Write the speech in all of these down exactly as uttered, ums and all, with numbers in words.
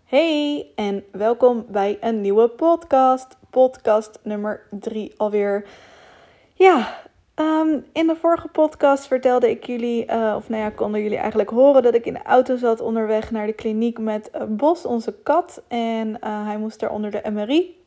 Hey en welkom bij een nieuwe podcast. Podcast nummer drie alweer. Ja, um, in de vorige podcast vertelde ik jullie, uh, of nou ja, konden jullie eigenlijk horen dat ik in de auto zat onderweg naar de kliniek met uh, Bos, onze kat. En uh, hij moest daar onder de M R I.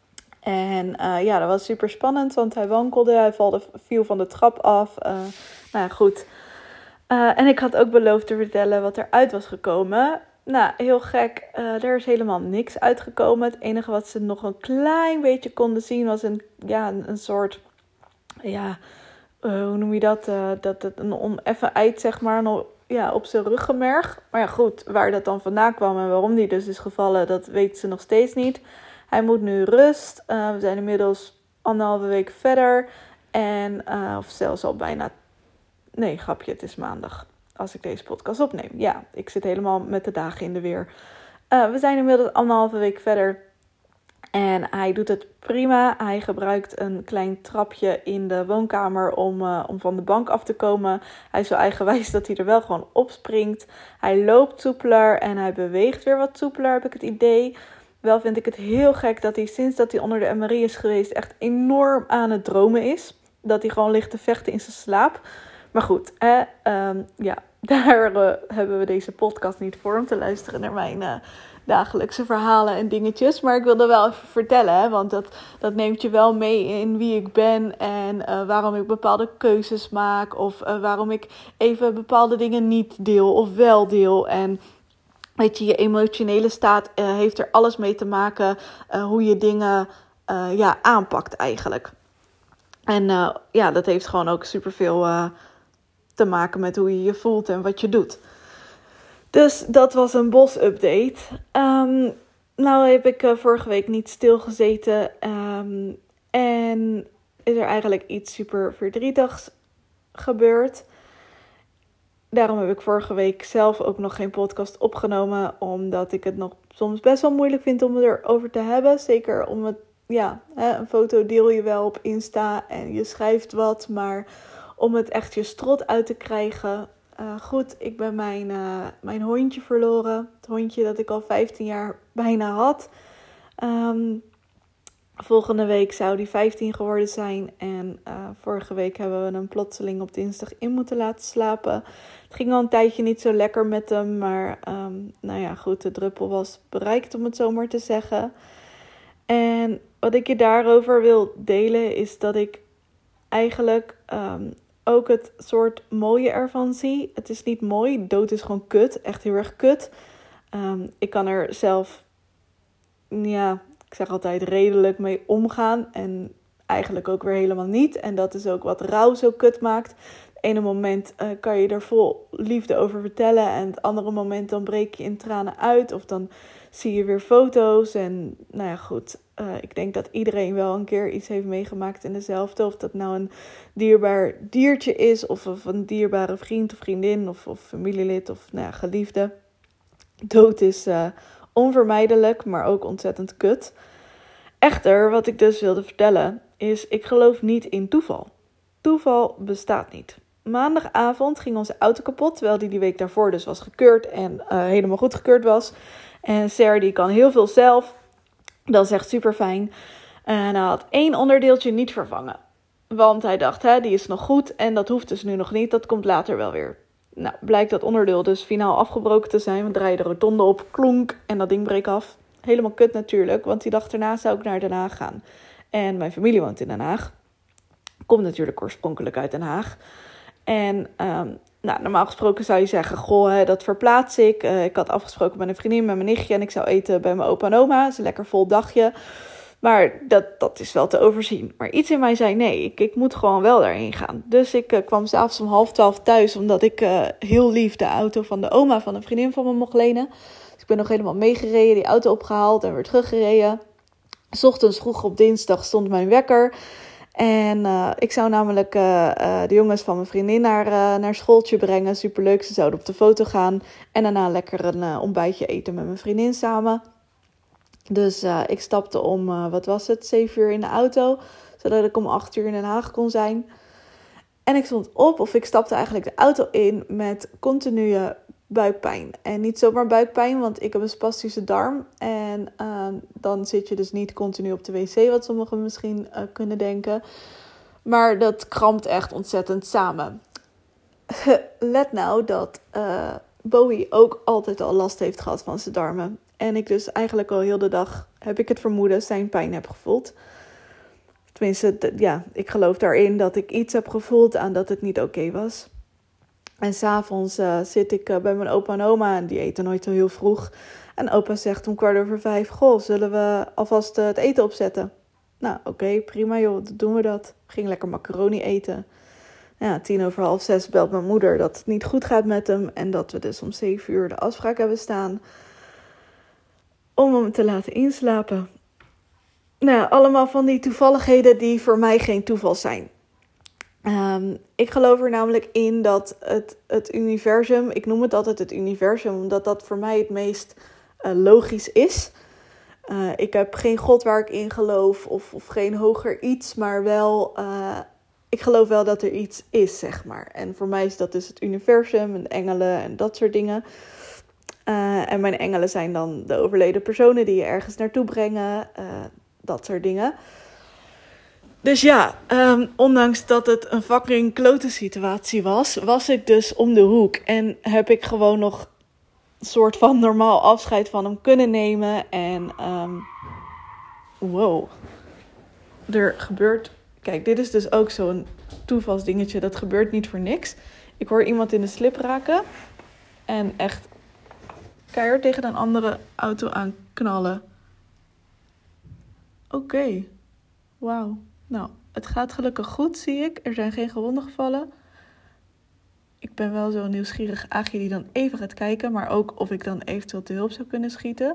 En uh, ja, dat was super spannend, want hij wankelde, hij valde, viel van de trap af. Uh, nou ja, goed. Uh, en ik had ook beloofd te vertellen wat eruit was gekomen. Nou, heel gek. Uh, er is helemaal niks uitgekomen. Het enige wat ze nog een klein beetje konden zien was een, ja, een, een soort, ja, uh, hoe noem je dat? Uh, dat het een oneffen eind, zeg maar, nog, ja, op zijn ruggenmerg. Maar ja, goed, waar dat dan vandaan kwam en waarom die dus is gevallen, dat weet ze nog steeds niet. Hij moet nu rust. Uh, we zijn inmiddels anderhalve week verder. En, uh, of zelfs al bijna, nee, grapje, het is maandag. Als ik deze podcast opneem. Ja, ik zit helemaal met de dagen in de weer. Uh, we zijn inmiddels anderhalve week verder. En hij doet het prima. Hij gebruikt een klein trapje in de woonkamer om, uh, om van de bank af te komen. Hij is zo eigenwijs dat hij er wel gewoon opspringt. Hij loopt soepeler en hij beweegt weer wat soepeler, heb ik het idee. Wel vind ik het heel gek dat hij sinds dat hij onder de M R I is geweest echt enorm aan het dromen is. Dat hij gewoon ligt te vechten in zijn slaap. Maar goed, eh, um, ja, daar uh, hebben we deze podcast niet voor om te luisteren naar mijn uh, dagelijkse verhalen en dingetjes. Maar ik wilde wel even vertellen, hè, want dat, dat neemt je wel mee in wie ik ben en uh, waarom ik bepaalde keuzes maak. Of uh, waarom ik even bepaalde dingen niet deel of wel deel. En weet je, je emotionele staat uh, heeft er alles mee te maken uh, hoe je dingen uh, ja, aanpakt eigenlijk. En uh, ja, dat heeft gewoon ook superveel uh, te maken met hoe je je voelt en wat je doet. Dus dat was een Bos-update. Um, nou heb ik uh, vorige week niet stilgezeten. Um, en is er eigenlijk iets super verdrietigs gebeurd. Daarom heb ik vorige week zelf ook nog geen podcast opgenomen. Omdat ik het nog soms best wel moeilijk vind om het erover te hebben. Zeker om het, ja, een foto deel je wel op Insta en je schrijft wat. Maar om het echt je strot uit te krijgen. Uh, goed, ik ben mijn, uh, mijn hondje verloren. Het hondje dat ik al vijftien jaar bijna had. Um, volgende week zou die vijftien geworden zijn. En uh, vorige week hebben we hem plotseling op dinsdag in moeten laten slapen. Het ging al een tijdje niet zo lekker met hem. Maar um, nou ja, goed, de druppel was bereikt, om het zo maar te zeggen. En wat ik je daarover wil delen is dat ik eigenlijk um, ook het soort mooie ervan zie. Het is niet mooi, dood is gewoon kut, echt heel erg kut. Um, ik kan er zelf, ja, ik zeg altijd redelijk mee omgaan en eigenlijk ook weer helemaal niet. En dat is ook wat rouw zo kut maakt. Het ene moment uh, kan je er vol liefde over vertellen en het andere moment dan breek je in tranen uit of dan zie je weer foto's. En nou ja, goed, uh, ik denk dat iedereen wel een keer iets heeft meegemaakt in dezelfde. Of dat nou een dierbaar diertje is of, of een dierbare vriend of vriendin of, of familielid of nou ja, geliefde. Dood is uh, onvermijdelijk, maar ook ontzettend kut. Echter, wat ik dus wilde vertellen is, ik geloof niet in toeval. Toeval bestaat niet. Maandagavond ging onze auto kapot, terwijl die die week daarvoor dus was gekeurd en uh, helemaal goed gekeurd was. En Sarah die kan heel veel zelf. Dat is echt super fijn. En hij had één onderdeeltje niet vervangen. Want hij dacht, hè, die is nog goed en dat hoeft dus nu nog niet. Dat komt later wel weer. Nou, blijkt dat onderdeel dus finaal afgebroken te zijn. We draaien de rotonde op, klonk en dat ding breekt af. Helemaal kut natuurlijk, want die dag daarna zou ik naar Den Haag gaan. En mijn familie woont in Den Haag. Komt natuurlijk oorspronkelijk uit Den Haag. En um, nou, normaal gesproken zou je zeggen, goh, hè, dat verplaats ik. Uh, ik had afgesproken met een vriendin, met mijn nichtje en ik zou eten bij mijn opa en oma. Dat is een lekker vol dagje. Maar dat, dat is wel te overzien. Maar iets in mij zei nee, ik, ik moet gewoon wel daarheen gaan. Dus ik uh, kwam 's avonds om half twaalf thuis, omdat ik uh, heel lief de auto van de oma van een vriendin van me mocht lenen. Dus ik ben nog helemaal meegereden, die auto opgehaald en weer teruggereden. 's Ochtends vroeg op dinsdag stond mijn wekker. En uh, ik zou namelijk uh, uh, de jongens van mijn vriendin naar, uh, naar schooltje brengen. Superleuk, ze zouden op de foto gaan. En daarna lekker een uh, ontbijtje eten met mijn vriendin samen. Dus uh, ik stapte om, uh, wat was het, zeven uur in de auto. Zodat ik om acht uur in Den Haag kon zijn. En ik stond op, of ik stapte eigenlijk de auto in met continue buikpijn. En niet zomaar buikpijn, want ik heb een spastische darm. En uh, dan zit je dus niet continu op de wc, wat sommigen misschien uh, kunnen denken. Maar dat krampt echt ontzettend samen. Let nou dat uh, Bowie ook altijd al last heeft gehad van zijn darmen. En ik dus eigenlijk al heel de dag, heb ik het vermoeden, zijn pijn heb gevoeld. Tenminste, d- ja, ik geloof daarin dat ik iets heb gevoeld aan dat het niet oké was. En s'avonds uh, zit ik uh, bij mijn opa en oma en die eten nooit zo heel vroeg. En opa zegt om kwart over vijf, goh, zullen we alvast uh, het eten opzetten? Nou, oké, okay, prima joh, dan doen we dat. Ging lekker macaroni eten. Ja, tien over half zes belt mijn moeder dat het niet goed gaat met hem. En dat we dus om zeven uur de afspraak hebben staan om hem te laten inslapen. Nou, allemaal van die toevalligheden die voor mij geen toeval zijn. Um, ik geloof er namelijk in dat het, het universum, ik noem het altijd het universum, omdat dat voor mij het meest uh, logisch is. Uh, ik heb geen God waar ik in geloof of, of geen hoger iets, maar wel, uh, ik geloof wel dat er iets is, zeg maar. En voor mij is dat dus het universum en engelen en dat soort dingen. Uh, en mijn engelen zijn dan de overleden personen die je ergens naartoe brengen, uh, dat soort dingen. Dus ja, um, ondanks dat het een fucking klote situatie was, was ik dus om de hoek. En heb ik gewoon nog een soort van normaal afscheid van hem kunnen nemen. En um, wow, er gebeurt... Kijk, dit is dus ook zo'n toevalsdingetje. Dat gebeurt niet voor niks. Ik hoor iemand in de slip raken. En echt keihard tegen een andere auto aan knallen. Oké, okay. Wauw. Nou, het gaat gelukkig goed, zie ik. Er zijn geen gewonden gevallen. Ik ben wel zo'n nieuwsgierig aagje die dan even gaat kijken, maar ook of ik dan eventueel te hulp zou kunnen schieten.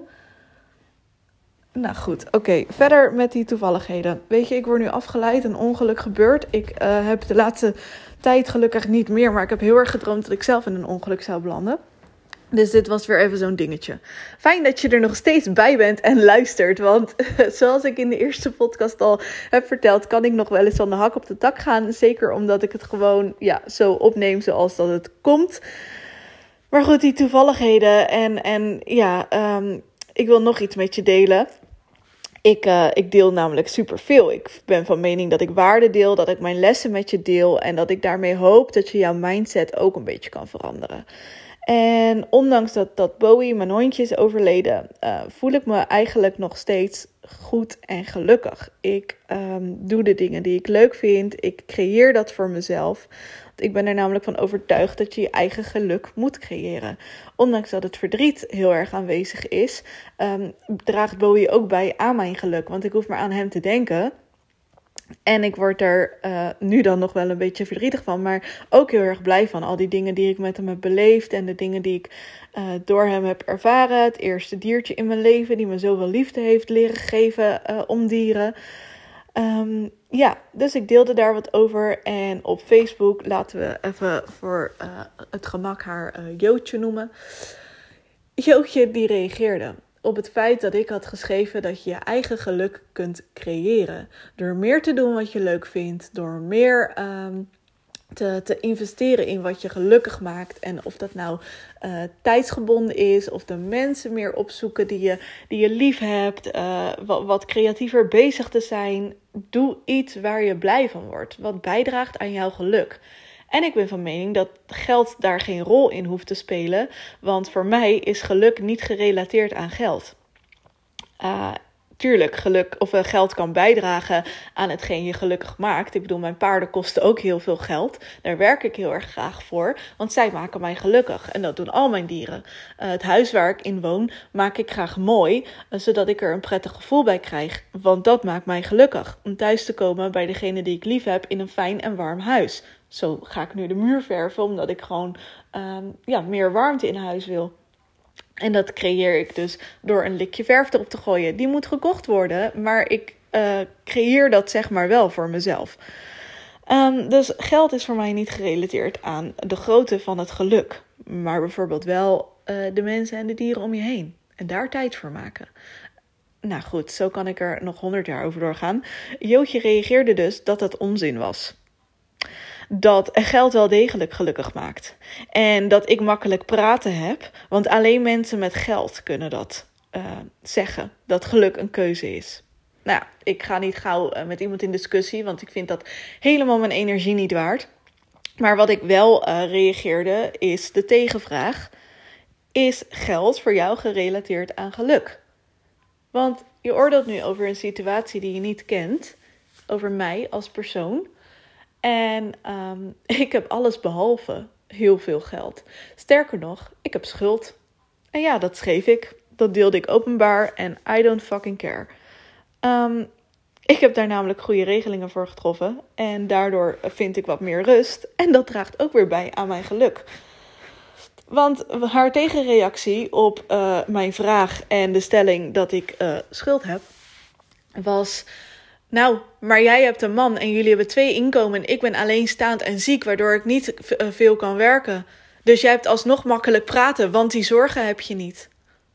Nou goed, oké. Okay. Verder met die toevalligheden. Weet je, ik word nu afgeleid, een ongeluk gebeurt. Ik uh, heb de laatste tijd gelukkig niet meer, maar ik heb heel erg gedroomd dat ik zelf in een ongeluk zou belanden. Dus dit was weer even zo'n dingetje. Fijn dat je er nog steeds bij bent en luistert. Want zoals ik in de eerste podcast al heb verteld, kan ik nog wel eens van de hak op de tak gaan. Zeker omdat ik het gewoon ja, zo opneem zoals dat het komt. Maar goed, die toevalligheden. En, en ja, um, ik wil nog iets met je delen. Ik, uh, ik deel namelijk superveel. Ik ben van mening dat ik waarde deel, dat ik mijn lessen met je deel. En dat ik daarmee hoop dat je jouw mindset ook een beetje kan veranderen. En ondanks dat, dat Bowie, mijn hondje, is overleden, uh, voel ik me eigenlijk nog steeds goed en gelukkig. Ik um, doe de dingen die ik leuk vind. Ik creëer dat voor mezelf. Want ik ben er namelijk van overtuigd dat je je eigen geluk moet creëren. Ondanks dat het verdriet heel erg aanwezig is, um, draagt Bowie ook bij aan mijn geluk. Want ik hoef maar aan hem te denken. En ik word er uh, nu dan nog wel een beetje verdrietig van, maar ook heel erg blij van. Al die dingen die ik met hem heb beleefd en de dingen die ik uh, door hem heb ervaren. Het eerste diertje in mijn leven die me zoveel liefde heeft leren geven uh, om dieren. Um, ja, dus ik deelde daar wat over. En op Facebook, laten we even voor uh, het gemak haar uh, Jootje noemen. Jootje die reageerde op het feit dat ik had geschreven dat je je eigen geluk kunt creëren. Door meer te doen wat je leuk vindt. Door meer um, te, te investeren in wat je gelukkig maakt. En of dat nou uh, tijdsgebonden is. Of de mensen meer opzoeken die je, die je lief hebt. Uh, wat, wat creatiever bezig te zijn. Doe iets waar je blij van wordt. Wat bijdraagt aan jouw geluk. En ik ben van mening dat geld daar geen rol in hoeft te spelen. Want voor mij is geluk niet gerelateerd aan geld. Uh, tuurlijk, geluk of uh, geld kan bijdragen aan hetgeen je gelukkig maakt. Ik bedoel, mijn paarden kosten ook heel veel geld. Daar werk ik heel erg graag voor. Want zij maken mij gelukkig. En dat doen al mijn dieren. Uh, het huis waar ik in woon maak ik graag mooi. Uh, zodat ik er een prettig gevoel bij krijg. Want dat maakt mij gelukkig. Om thuis te komen bij degene die ik lief heb in een fijn en warm huis. Zo ga ik nu de muur verven, omdat ik gewoon um, ja, meer warmte in huis wil. En dat creëer ik dus door een likje verf erop te gooien. Die moet gekocht worden, maar ik uh, creëer dat zeg maar wel voor mezelf. Um, dus geld is voor mij niet gerelateerd aan de grootte van het geluk. Maar bijvoorbeeld wel uh, de mensen en de dieren om je heen. En daar tijd voor maken. Nou goed, zo kan ik er nog honderd jaar over doorgaan. Jootje reageerde dus dat het onzin was. dat geld wel degelijk gelukkig maakt. En dat ik makkelijk praten heb, want alleen mensen met geld kunnen dat uh, zeggen, dat geluk een keuze is. Nou, ik ga niet gauw uh, met iemand in discussie, want ik vind dat helemaal mijn energie niet waard. Maar wat ik wel uh, reageerde is de tegenvraag: is geld voor jou gerelateerd aan geluk? Want je oordeelt nu over een situatie die je niet kent, over mij als persoon. En um, ik heb alles behalve heel veel geld. Sterker nog, ik heb schuld. En ja, dat schreef ik. Dat deelde ik openbaar en I don't fucking care. Um, ik heb daar namelijk goede regelingen voor getroffen. En daardoor vind ik wat meer rust. En dat draagt ook weer bij aan mijn geluk. Want haar tegenreactie op uh, mijn vraag en de stelling dat ik uh, schuld heb, was: nou, maar jij hebt een man en jullie hebben twee inkomen. Ik ben alleenstaand en ziek, waardoor ik niet veel kan werken. Dus jij hebt alsnog makkelijk praten, want die zorgen heb je niet.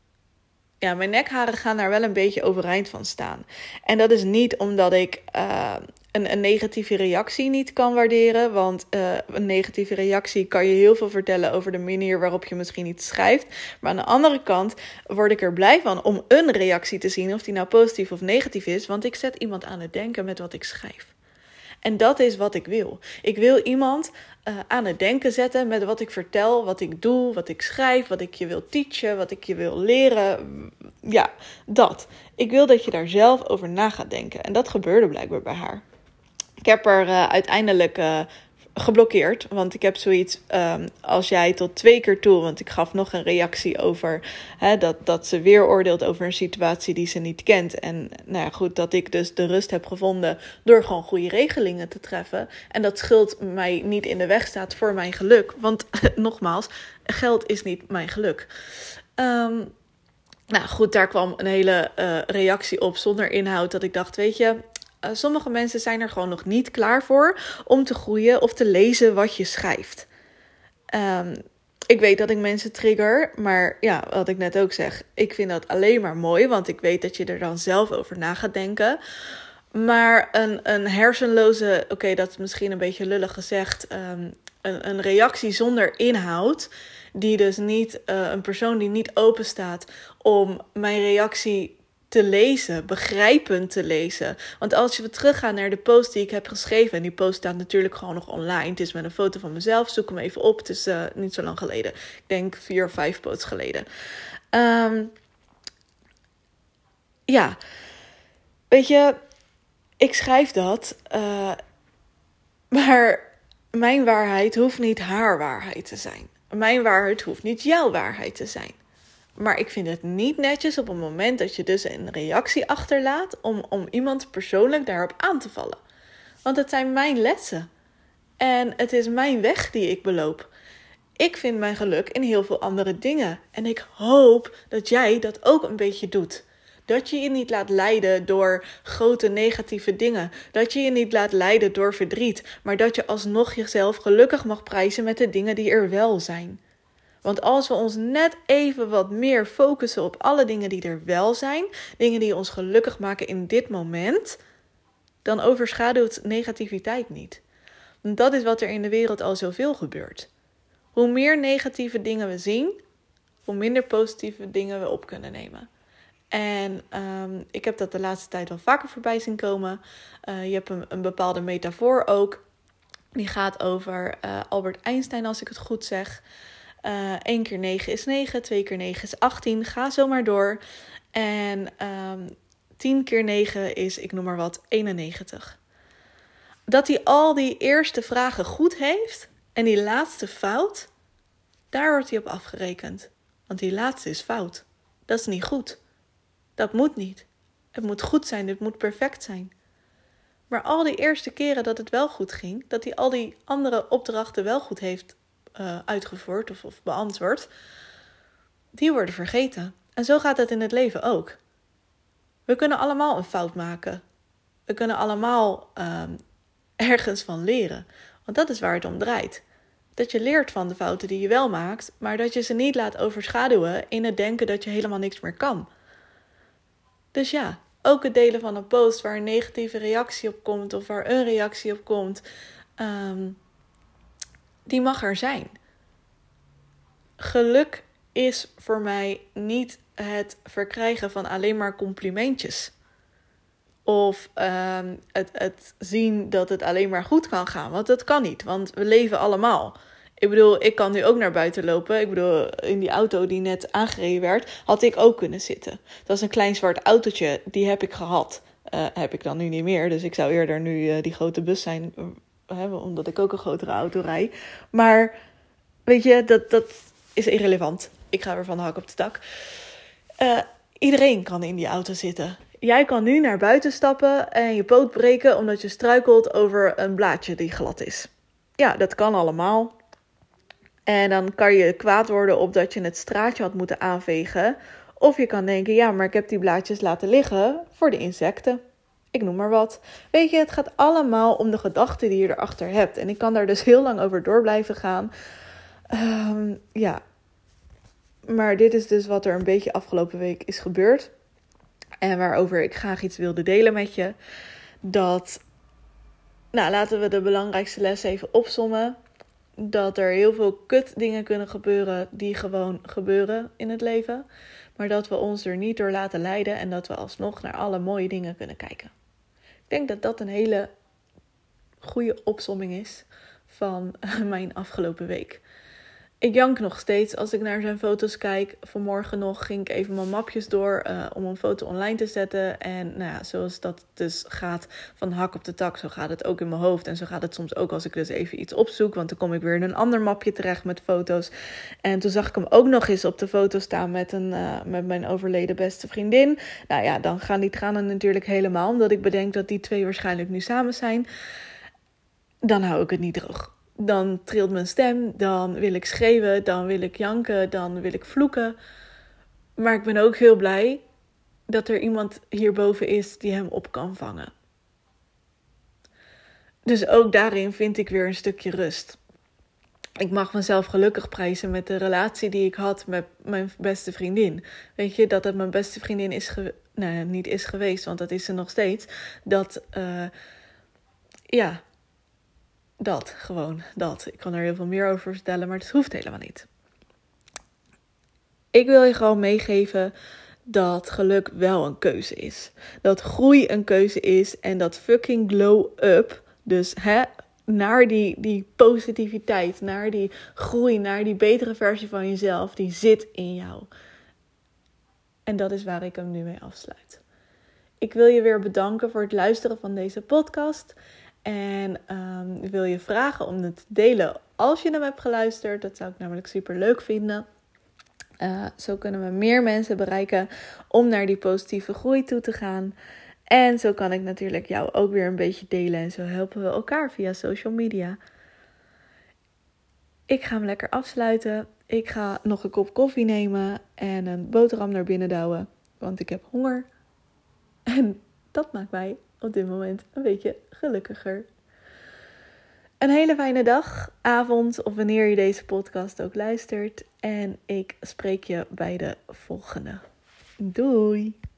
Ja, mijn nekharen gaan daar wel een beetje overeind van staan. En dat is niet omdat ik uh, een, een negatieve reactie niet kan waarderen. Want uh, een negatieve reactie kan je heel veel vertellen over de manier waarop je misschien iets schrijft. Maar aan de andere kant word ik er blij van om een reactie te zien, of die nou positief of negatief is. Want ik zet iemand aan het denken met wat ik schrijf. En dat is wat ik wil. Ik wil iemand uh, aan het denken zetten met wat ik vertel, wat ik doe, wat ik schrijf, wat ik je wil teachen, wat ik je wil leren. Ja, dat. Ik wil dat je daar zelf over na gaat denken. En dat gebeurde blijkbaar bij haar. Ik heb haar uh, uiteindelijk uh, geblokkeerd. Want ik heb zoiets, um, als jij tot twee keer toe, want ik gaf nog een reactie over hè, dat, dat ze weer oordeelt over een situatie die ze niet kent. En nou ja, goed, dat ik dus de rust heb gevonden door gewoon goede regelingen te treffen. En dat schuld mij niet in de weg staat voor mijn geluk. Want nogmaals, geld is niet mijn geluk. Um, nou goed, daar kwam een hele uh, reactie op zonder inhoud, dat ik dacht, weet je, Uh, sommige mensen zijn er gewoon nog niet klaar voor om te groeien of te lezen wat je schrijft. Um, ik weet dat ik mensen trigger, maar ja, wat ik net ook zeg, ik vind dat alleen maar mooi, want ik weet dat je er dan zelf over na gaat denken. Maar een, een hersenloze, oké, okay, dat is misschien een beetje lullig gezegd, um, een, een reactie zonder inhoud, die dus niet, uh, een persoon die niet open staat om mijn reactie te lezen, begrijpend te lezen. Want als we teruggaan naar de post die ik heb geschreven, en die post staat natuurlijk gewoon nog online. Het is met een foto van mezelf, zoek hem even op. Het is uh, niet zo lang geleden. Ik denk vier of vijf posts geleden. Um, ja, weet je, ik schrijf dat, uh, maar mijn waarheid hoeft niet haar waarheid te zijn. Mijn waarheid hoeft niet jouw waarheid te zijn. Maar ik vind het niet netjes op het moment dat je dus een reactie achterlaat om, om iemand persoonlijk daarop aan te vallen. Want het zijn mijn lessen. En het is mijn weg die ik beloop. Ik vind mijn geluk in heel veel andere dingen. En ik hoop dat jij dat ook een beetje doet. Dat je je niet laat leiden door grote negatieve dingen. Dat je je niet laat leiden door verdriet. Maar dat je alsnog jezelf gelukkig mag prijzen met de dingen die er wel zijn. Want als we ons net even wat meer focussen op alle dingen die er wel zijn, dingen die ons gelukkig maken in dit moment, dan overschaduwt negativiteit niet. Want dat is wat er in de wereld al zoveel gebeurt. Hoe meer negatieve dingen we zien, hoe minder positieve dingen we op kunnen nemen. En um, ik heb dat de laatste tijd wel vaker voorbij zien komen. Uh, je hebt een, een bepaalde metafoor ook. Die gaat over uh, Albert Einstein, als ik het goed zeg. Uh, één keer negen is negen, twee keer negen is achttien. Ga zo maar door. En um, tien keer negen is, ik noem maar wat, eenennegentig. Dat hij al die eerste vragen goed heeft en die laatste fout, daar wordt hij op afgerekend. Want die laatste is fout. Dat is niet goed. Dat moet niet. Het moet goed zijn, het moet perfect zijn. Maar al die eerste keren dat het wel goed ging, dat hij al die andere opdrachten wel goed heeft uh, uitgevoerd of, of beantwoord, die worden vergeten. En zo gaat het in het leven ook. We kunnen allemaal een fout maken. We kunnen allemaal uh, ergens van leren. Want dat is waar het om draait. Dat je leert van de fouten die je wel maakt, maar dat je ze niet laat overschaduwen in het denken dat je helemaal niks meer kan. Dus ja, ook het delen van een post waar een negatieve reactie op komt of waar een reactie op komt. Um, die mag er zijn. Geluk is voor mij niet het verkrijgen van alleen maar complimentjes. Of uh, het, het zien dat het alleen maar goed kan gaan. Want dat kan niet, want we leven allemaal. Ik bedoel, ik kan nu ook naar buiten lopen. Ik bedoel, in die auto die net aangereden werd, had ik ook kunnen zitten. Dat was een klein zwart autootje, die heb ik gehad. Uh, heb ik dan nu niet meer, dus ik zou eerder nu uh, die grote bus zijn, uh, omdat ik ook een grotere auto rijd. Maar weet je, dat, dat is irrelevant. Ik ga weer van de hak op de tak. Uh, iedereen kan in die auto zitten. Jij kan nu naar buiten stappen en je poot breken omdat je struikelt over een blaadje die glad is. Ja, dat kan allemaal. En dan kan je kwaad worden op dat je het straatje had moeten aanvegen. Of je kan denken, ja, maar ik heb die blaadjes laten liggen voor de insecten. Ik noem maar wat. Weet je, het gaat allemaal om de gedachten die je erachter hebt. En ik kan daar dus heel lang over door blijven gaan. Um, ja. Maar dit is dus wat er een beetje afgelopen week is gebeurd. En waarover ik graag iets wilde delen met je. Dat, nou, laten we de belangrijkste les even opsommen. Dat er heel veel kut dingen kunnen gebeuren die gewoon gebeuren in het leven. Maar dat we ons er niet door laten leiden en dat we alsnog naar alle mooie dingen kunnen kijken. Ik denk dat dat een hele goede opsomming is van mijn afgelopen week. Ik jank nog steeds als ik naar zijn foto's kijk. Vanmorgen nog ging ik even mijn mapjes door uh, om een foto online te zetten. En nou ja, zoals dat dus gaat van hak op de tak, zo gaat het ook in mijn hoofd. En zo gaat het soms ook als ik dus even iets opzoek. Want dan kom ik weer in een ander mapje terecht met foto's. En toen zag ik hem ook nog eens op de foto staan met, een, uh, met mijn overleden beste vriendin. Nou ja, dan gaan die tranen natuurlijk helemaal. Omdat ik bedenk dat die twee waarschijnlijk nu samen zijn. Dan hou ik het niet droog. Dan trilt mijn stem, dan wil ik schreeuwen, dan wil ik janken, dan wil ik vloeken. Maar ik ben ook heel blij dat er iemand hierboven is die hem op kan vangen. Dus ook daarin vind ik weer een stukje rust. Ik mag mezelf gelukkig prijzen met de relatie die ik had met mijn beste vriendin. Weet je, dat het mijn beste vriendin is ge- nou, niet is geweest, want dat is ze nog steeds. Dat, uh, ja... Dat, gewoon, dat. Ik kan er heel veel meer over vertellen, maar het hoeft helemaal niet. Ik wil je gewoon meegeven dat geluk wel een keuze is. Dat groei een keuze is en dat fucking glow up, dus hè, naar die, die positiviteit, naar die groei, naar die betere versie van jezelf, die zit in jou. En dat is waar ik hem nu mee afsluit. Ik wil je weer bedanken voor het luisteren van deze podcast. En um, wil je vragen om het te delen als je hem hebt geluisterd. Dat zou ik namelijk super leuk vinden. Uh, zo kunnen we meer mensen bereiken om naar die positieve groei toe te gaan. En zo kan ik natuurlijk jou ook weer een beetje delen. En zo helpen we elkaar via social media. Ik ga hem lekker afsluiten. Ik ga nog een kop koffie nemen en een boterham naar binnen douwen. Want ik heb honger. En dat maakt mij op dit moment een beetje gelukkiger. Een hele fijne dag, avond of wanneer je deze podcast ook luistert. En ik spreek je bij de volgende. Doei!